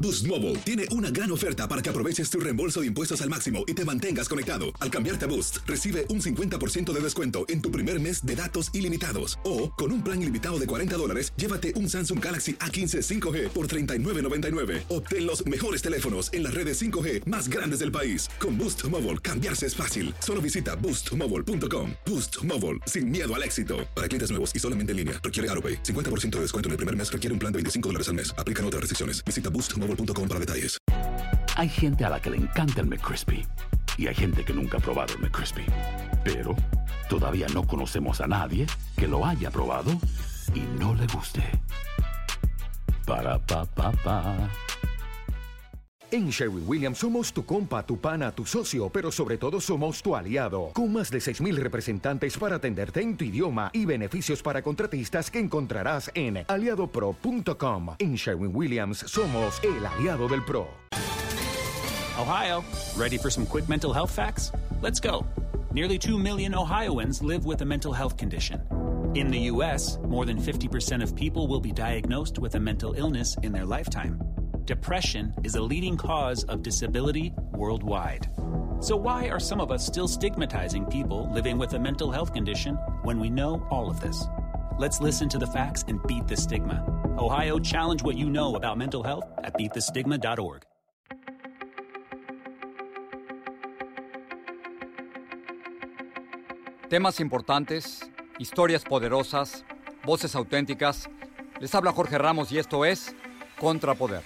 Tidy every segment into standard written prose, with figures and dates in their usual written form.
Boost Mobile tiene una gran oferta para que aproveches tu reembolso de impuestos al máximo y te mantengas conectado. Al cambiarte a Boost, recibe un 50% de descuento en tu primer mes de datos ilimitados. O, con un plan ilimitado de $40, llévate un Samsung Galaxy A15 5G por $39.99. Obtén los mejores teléfonos en las redes 5G más grandes del país. Con Boost Mobile, cambiarse es fácil. Solo visita boostmobile.com. Boost Mobile, sin miedo al éxito. Para clientes nuevos y solamente en línea, requiere AroPay. 50% de descuento en el primer mes requiere un plan de $25 al mes. Aplican otras restricciones. Visita boostmobile.com para detalles. Hay gente a la que le encanta el McCrispy y hay gente que nunca ha probado el McCrispy. Pero todavía no conocemos a nadie que lo haya probado y no le guste. Para pa pa pa. En Sherwin-Williams somos tu compa, tu pana, tu socio, pero sobre todo somos tu aliado, con más de 6,000 representantes para atenderte en tu idioma y beneficios para contratistas que encontrarás en aliadopro.com. En Sherwin-Williams somos el aliado del pro. Ohio, ready for some quick mental health facts? Let's go. Nearly 2 million Ohioans live with a mental health condition. In the U.S., more than 50% of people will be diagnosed with a mental illness in their lifetime. Depression is a leading cause of disability worldwide. So why are some of us still stigmatizing people living with a mental health condition when we know all of this? Let's listen to the facts and beat the stigma. Ohio, challenge what you know about mental health at beatthestigma.org. Temas importantes, historias poderosas, voces auténticas. Les habla Jorge Ramos y esto es Contrapoder.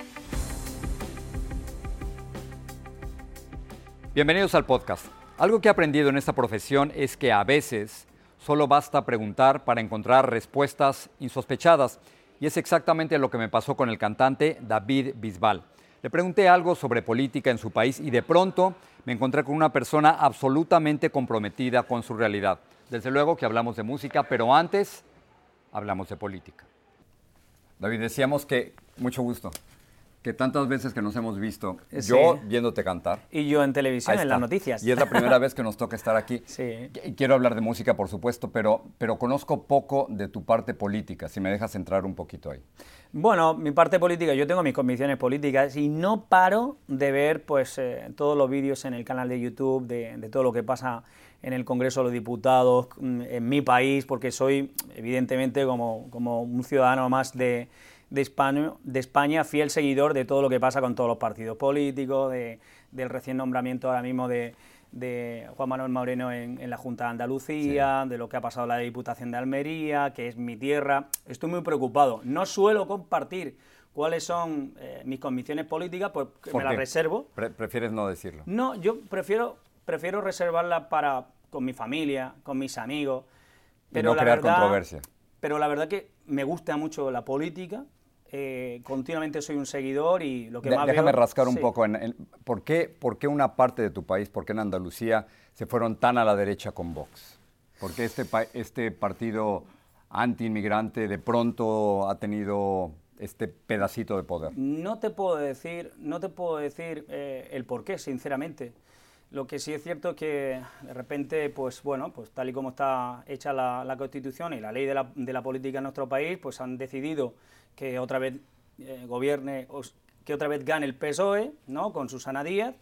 Bienvenidos al podcast. Algo que he aprendido en esta profesión es que a veces solo basta preguntar para encontrar respuestas insospechadas. Y es exactamente lo que me pasó con el cantante David Bisbal. Le pregunté algo sobre política en su país y de pronto me encontré con una persona absolutamente comprometida con su realidad. Desde luego que hablamos de música, pero antes hablamos de política. David, decíamos que, mucho gusto, que tantas veces que nos hemos visto, Sí. yo viéndote cantar. Y yo en televisión, Ahí en está. las noticias. Y es la primera vez que nos toca estar aquí. Sí. Quiero hablar de música, por supuesto, pero conozco poco de tu parte política, si me dejas entrar un poquito ahí. Bueno, mi parte política, yo tengo mis convicciones políticas y no paro de ver pues todos los vídeos en el canal de YouTube de todo lo que pasa en el Congreso de los Diputados, en mi país, porque soy evidentemente como un ciudadano más de España, fiel seguidor de todo lo que pasa con todos los partidos políticos, del recién nombramiento ahora mismo de Juan Manuel Moreno en la Junta de Andalucía, sí, de lo que ha pasado en la Diputación de Almería, que es mi tierra. Estoy muy preocupado. No suelo compartir cuáles son mis convicciones políticas, pues me las reservo. ¿Prefieres no decirlo? No, yo prefiero reservarlas con mi familia, con mis amigos. Pero y no crear controversia. Pero la verdad que me gusta mucho la política. Continuamente soy un seguidor y lo que más déjame veo, rascar un sí. poco ¿por qué una parte de tu país, por qué en Andalucía se fueron tan a la derecha con Vox? ¿Por qué este partido anti-inmigrante de pronto ha tenido este pedacito de poder? No te puedo decir el por qué, sinceramente. Lo que sí es cierto es que de repente, pues tal y como está hecha la Constitución y la ley de la política en nuestro país, pues han decidido que otra vez gobierne, que otra vez gane el PSOE, ¿no?, con Susana Díaz.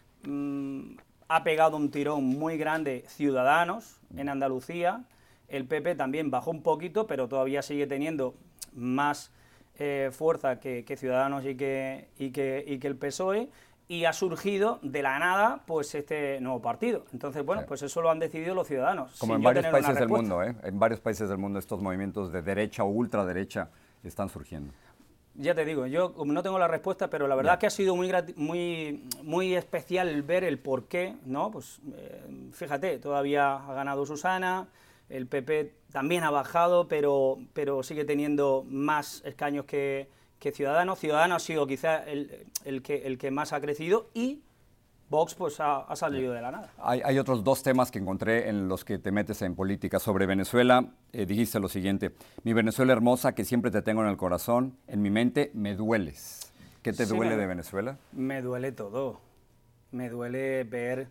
Ha pegado un tirón muy grande Ciudadanos en Andalucía. El PP también bajó un poquito, pero todavía sigue teniendo más fuerza que Ciudadanos y que el PSOE. Y ha surgido de la nada pues este nuevo partido. Entonces, bueno, pues eso lo han decidido los ciudadanos. Como en varios países del mundo, En varios países del mundo estos movimientos de derecha o ultraderecha están surgiendo. Ya te digo, yo no tengo la respuesta, pero la verdad es que ha sido muy especial ver el porqué, ¿no? Pues fíjate, todavía ha ganado Susana, el PP también ha bajado, pero sigue teniendo más escaños que Ciudadanos. Ciudadanos ha sido quizá el que más ha crecido y Vox pues ha salido de la nada. Hay otros dos temas que encontré en los que te metes en política. Sobre Venezuela, dijiste lo siguiente: mi Venezuela hermosa, que siempre te tengo en el corazón, en mi mente, me dueles. ¿Qué te duele de Venezuela? Me duele todo. Me duele ver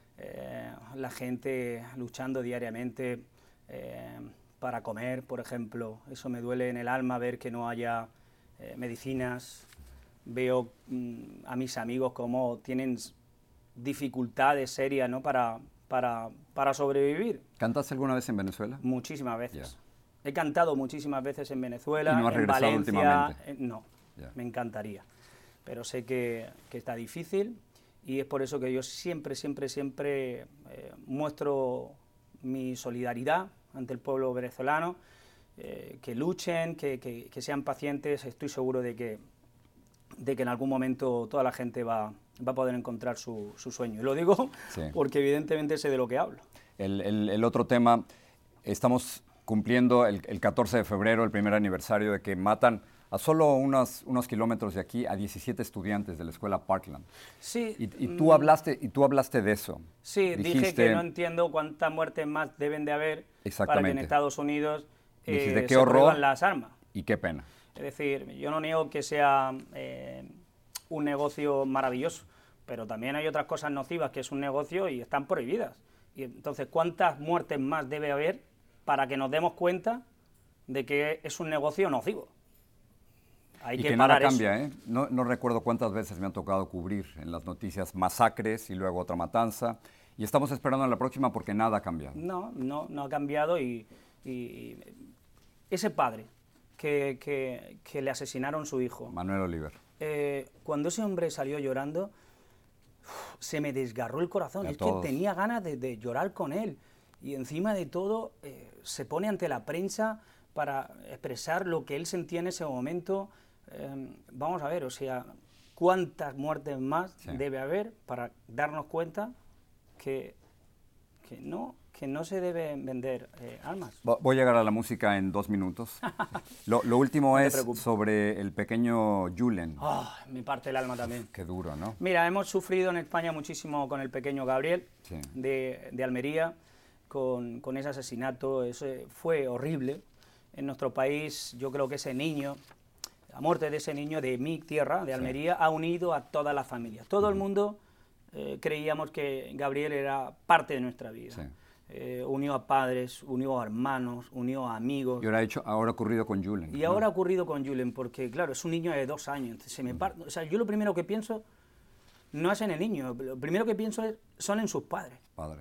la gente luchando diariamente para comer, por ejemplo. Eso me duele en el alma, ver que no haya medicinas, veo a mis amigos cómo tienen dificultades serias, ¿no? para sobrevivir. ¿Cantaste alguna vez en Venezuela? Muchísimas veces. Yeah. He cantado muchísimas veces en Venezuela, ¿Y no has en regresado Valencia. últimamente? No, Yeah. me encantaría. Pero sé que está difícil y es por eso que yo siempre muestro mi solidaridad ante el pueblo venezolano, que luchen, que sean pacientes. Estoy seguro de que en algún momento toda la gente va a poder encontrar su sueño. Y lo digo porque evidentemente sé de lo que hablo. El otro tema, estamos cumpliendo el 14 de febrero, el primer aniversario de que matan a solo unos kilómetros de aquí a 17 estudiantes de la escuela Parkland. Sí. Y tú hablaste de eso. Sí, dije que no entiendo cuántas muertes más deben de haber para que en Estados Unidos se prohíban las armas. Y qué pena. Es decir, yo no niego que sea un negocio maravilloso, pero también hay otras cosas nocivas que es un negocio y están prohibidas. Y entonces, ¿cuántas muertes más debe haber para que nos demos cuenta de que es un negocio nocivo? Hay que nada parar cambia, eso. ¿eh? No recuerdo cuántas veces me han tocado cubrir en las noticias masacres y luego otra matanza. Y estamos esperando a la próxima porque nada ha cambiado. No ha cambiado y ese padre que le asesinaron su hijo. Manuel Oliver. Cuando ese hombre salió llorando, se me desgarró el corazón. Es que tenía ganas de llorar con él. Y encima de todo, se pone ante la prensa para expresar lo que él sentía en ese momento. Vamos a ver, o sea, cuántas muertes más debe haber para darnos cuenta que no se deben vender armas. Voy a llegar a la música en 2 minutos. Lo último es sobre el pequeño Julen. Me parte el alma también. Qué duro, ¿no? Mira, hemos sufrido en España muchísimo con el pequeño Gabriel de Almería, con ese asesinato. Eso fue horrible. En nuestro país, yo creo que ese niño, la muerte de ese niño de mi tierra, de Almería, ha unido a todas las familias. Todo el mundo creíamos que Gabriel era parte de nuestra vida. Unió a padres, unió a hermanos, unió a amigos. Y ahora ha ocurrido con Julen. Y ahora ha ocurrido con Julen, porque claro, es un niño de 2 años. Entonces o sea, yo lo primero que pienso no es en el niño, lo primero que pienso son en sus padres.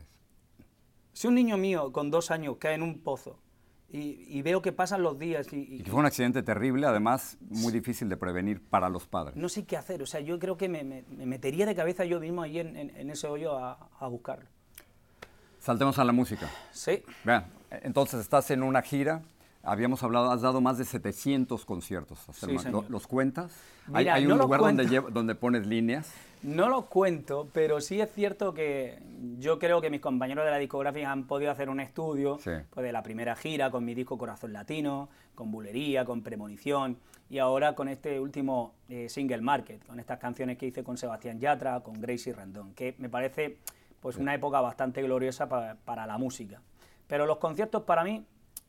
Si un niño mío con 2 años cae en un pozo y veo que pasan los días y que fue un accidente terrible, además muy difícil de prevenir para los padres. No sé qué hacer, o sea, yo creo que me metería de cabeza yo mismo ahí en ese hoyo a buscarlo. Saltemos a la música. Sí. Vean, entonces estás en una gira, habíamos hablado, has dado más de 700 conciertos. ¿Los cuentas? Mira, ¿Hay un lugar donde pones líneas? No los cuento, pero sí es cierto que yo creo que mis compañeros de la discográfica han podido hacer un estudio pues, de la primera gira con mi disco Corazón Latino, con Bulería, con Premonición y ahora con este último single Market, con estas canciones que hice con Sebastián Yatra, con Gracie Rendón, que me parece pues una época bastante gloriosa para la música. Pero los conciertos para mí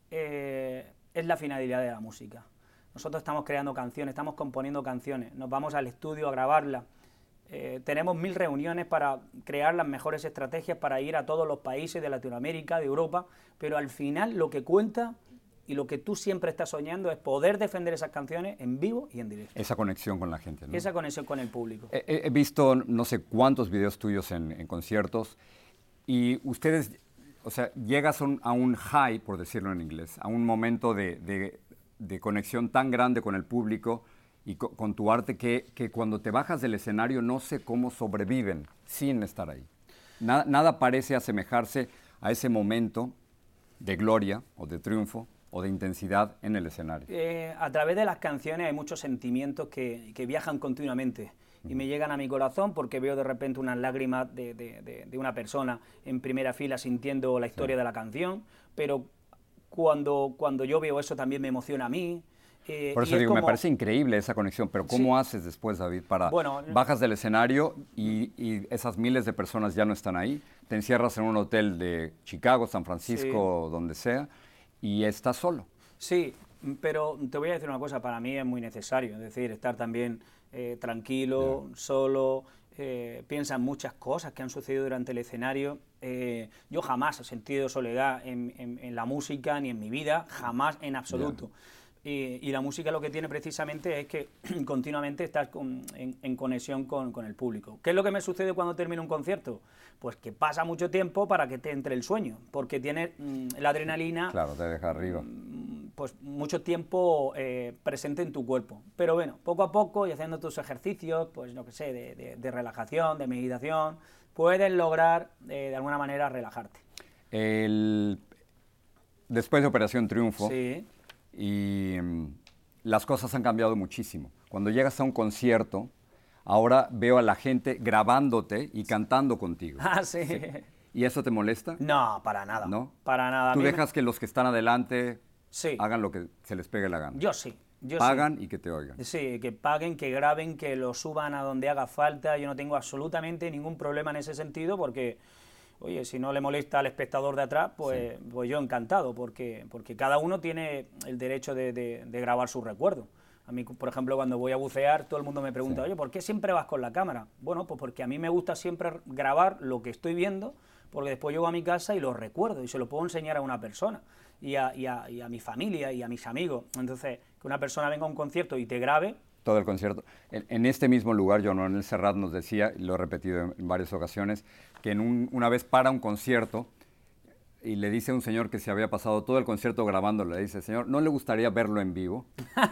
es la finalidad de la música. Nosotros estamos creando canciones, estamos componiendo canciones, nos vamos al estudio a grabarlas. Tenemos 1000 reuniones para crear las mejores estrategias para ir a todos los países de Latinoamérica, de Europa, pero al final lo que cuenta y lo que tú siempre estás soñando es poder defender esas canciones en vivo y en directo. Esa conexión con la gente, ¿no? Esa conexión con el público. He visto no sé cuántos videos tuyos en conciertos y ustedes, o sea, llegas a un high, por decirlo en inglés, a un momento de conexión tan grande con el público y con tu arte que cuando te bajas del escenario no sé cómo sobreviven sin estar ahí. Nada parece asemejarse a ese momento de gloria o de triunfo o de intensidad en el escenario. A través de las canciones hay muchos sentimientos que viajan continuamente y me llegan a mi corazón porque veo de repente unas lágrimas de una persona en primera fila sintiendo la historia de la canción, pero cuando yo veo eso también me emociona a mí. Por eso digo, me parece increíble esa conexión, pero ¿cómo haces después, David, bajas del escenario y esas miles de personas ya no están ahí, te encierras en un hotel de Chicago, San Francisco, donde sea, y estás solo? Sí, pero te voy a decir una cosa, para mí es muy necesario, es decir, estar también tranquilo, solo, piensa en muchas cosas que han sucedido durante el escenario. Yo jamás he sentido soledad en la música ni en mi vida, jamás en absoluto. Y la música lo que tiene precisamente es que continuamente estás en conexión con el público. ¿Qué es lo que me sucede cuando termino un concierto? Pues que pasa mucho tiempo para que te entre el sueño, porque tienes la adrenalina... Claro, te deja arriba. Pues mucho tiempo presente en tu cuerpo. Pero bueno, poco a poco y haciendo tus ejercicios, pues no que sé, de relajación, de meditación, puedes lograr de alguna manera relajarte. Después de Operación Triunfo... Sí. Y las cosas han cambiado muchísimo. Cuando llegas a un concierto, ahora veo a la gente grabándote y cantando contigo. Ah, sí. ¿Y eso te molesta? No, para nada. ¿No? Para nada. ¿Tú dejas que los que están adelante sí. hagan lo que se les pegue la gana? Yo sí. Pagan y que te oigan. Sí, que paguen, que graben, que lo suban a donde haga falta. Yo no tengo absolutamente ningún problema en ese sentido porque... Oye, si no le molesta al espectador de atrás, pues, sí. Pues yo encantado, porque cada uno tiene el derecho de grabar su recuerdo. A mí, por ejemplo, cuando voy a bucear, todo el mundo me pregunta, sí. Oye, ¿por qué siempre vas con la cámara? Bueno, pues porque a mí me gusta siempre grabar lo que estoy viendo, porque después llego a mi casa y lo recuerdo y se lo puedo enseñar a una persona, y a mi familia y a mis amigos. Entonces, que una persona venga a un concierto y te grabe... Todo el concierto. En este mismo lugar, Joan Manuel Serrat nos decía, y lo he repetido en varias ocasiones, que una vez para un concierto y le dice a un señor que se había pasado todo el concierto grabándolo, le dice, señor, ¿no le gustaría verlo en vivo?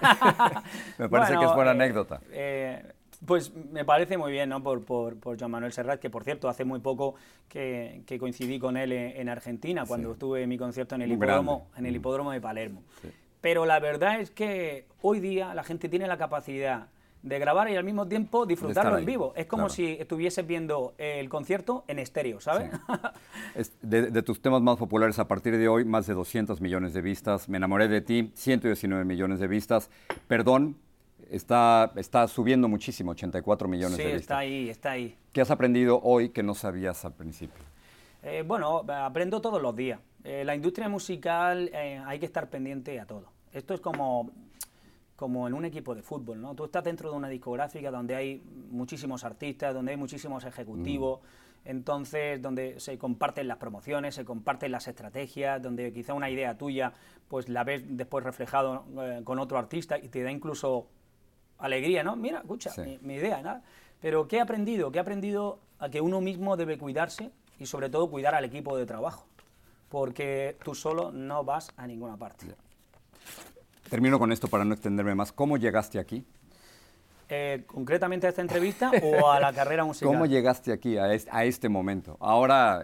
Me parece que es buena anécdota. Pues me parece muy bien, ¿no? Por Joan Manuel Serrat, que por cierto, hace muy poco que coincidí con él en Argentina, cuando sí. Estuve en mi concierto en el hipódromo de Palermo. Sí. Pero la verdad es que hoy día la gente tiene la capacidad de grabar y al mismo tiempo disfrutarlo en vivo. Es como si estuvieses viendo el concierto en estéreo, ¿sabes? Sí. De tus temas más populares a partir de hoy, más de 200 millones de vistas. Me enamoré de ti, 119 millones de vistas. Perdón, está subiendo muchísimo, 84 millones de vistas. Sí, está ahí. ¿Qué has aprendido hoy que no sabías al principio? Bueno, aprendo todos los días. La industria musical hay que estar pendiente a todo. Esto es como en un equipo de fútbol, ¿no? Tú estás dentro de una discográfica donde hay muchísimos artistas, donde hay muchísimos ejecutivos, entonces donde se comparten las promociones, se comparten las estrategias, donde quizá una idea tuya pues la ves después reflejado con otro artista y te da incluso alegría, ¿no? Mira, escucha, sí. mi idea, ¿no? Pero ¿qué he aprendido? Que he aprendido a que uno mismo debe cuidarse y sobre todo cuidar al equipo de trabajo, porque tú solo no vas a ninguna parte. Termino con esto para no extenderme más. ¿Cómo llegaste aquí? ¿Concretamente a esta entrevista o a la carrera musical? ¿Cómo llegaste aquí, a este momento? Ahora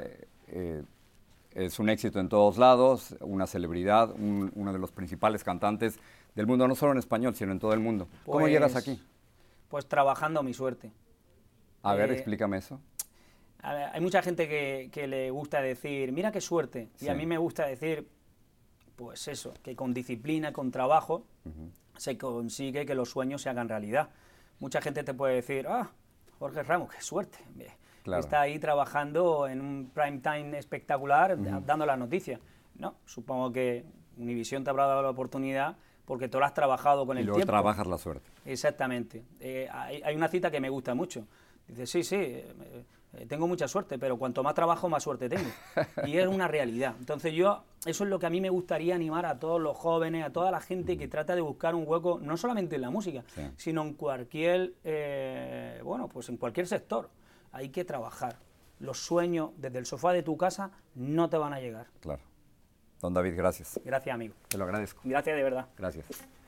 es un éxito en todos lados, una celebridad, uno de los principales cantantes del mundo, no solo en español, sino en todo el mundo. ¿Cómo llegas aquí? Pues trabajando mi suerte. A ver, explícame eso. Hay mucha gente que le gusta decir, mira qué suerte, y a mí me gusta decir, pues eso, que con disciplina, con trabajo, se consigue que los sueños se hagan realidad. Mucha gente te puede decir, Jorge Ramos, qué suerte, claro. Está ahí trabajando en un prime time espectacular, dando las noticias. No, supongo que Univisión te habrá dado la oportunidad porque tú lo has trabajado con el tiempo. Y luego trabajas la suerte. Exactamente. Hay una cita que me gusta mucho. Dice, sí, tengo mucha suerte, pero cuanto más trabajo, más suerte tengo. Y es una realidad. Entonces eso es lo que a mí me gustaría animar a todos los jóvenes, a toda la gente que trata de buscar un hueco, no solamente en la música, sino en cualquier, pues en cualquier sector. Hay que trabajar. Los sueños desde el sofá de tu casa no te van a llegar. Claro. Don David, gracias. Gracias, amigo. Te lo agradezco. Gracias de verdad. Gracias.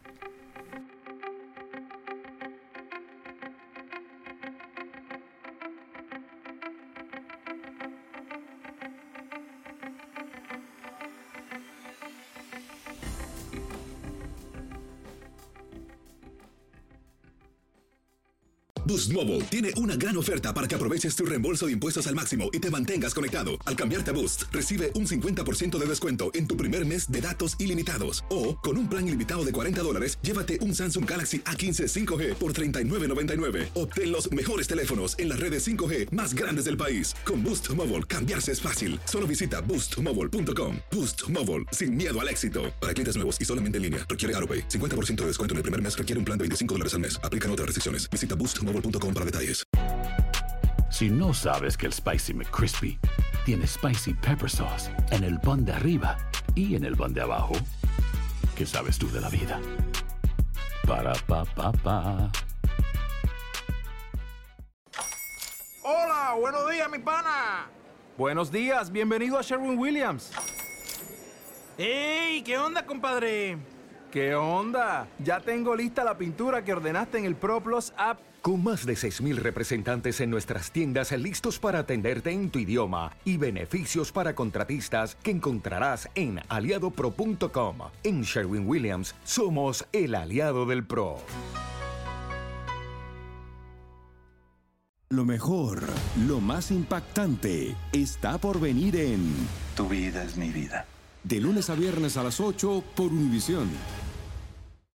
Boost Mobile tiene una gran oferta para que aproveches tu reembolso de impuestos al máximo y te mantengas conectado. Al cambiarte a Boost, recibe un 50% de descuento en tu primer mes de datos ilimitados. O, con un plan ilimitado de $40, llévate un Samsung Galaxy A15 5G por $39.99. Obtén los mejores teléfonos en las redes 5G más grandes del país. Con Boost Mobile, cambiarse es fácil. Solo visita boostmobile.com. Boost Mobile, sin miedo al éxito. Para clientes nuevos y solamente en línea, requiere AroPay. 50% de descuento en el primer mes, requiere un plan de $25 al mes. Aplican otras restricciones. Visita boostmobile.com para detalles. Si no sabes que el Spicy McCrispy tiene Spicy Pepper Sauce en el pan de arriba y en el pan de abajo, ¿qué sabes tú de la vida? Para, pa, pa, pa. Hola, buenos días, mi pana. Buenos días, bienvenido a Sherwin-Williams. ¡Ey! ¿Qué onda, compadre? ¿Qué onda? Ya tengo lista la pintura que ordenaste en el ProPlus app. Con más de 6,000 representantes en nuestras tiendas listos para atenderte en tu idioma y beneficios para contratistas que encontrarás en aliadopro.com. En Sherwin-Williams somos el aliado del pro. Lo mejor, lo más impactante, está por venir en Tu vida es mi vida. De lunes a viernes a las 8 por Univisión.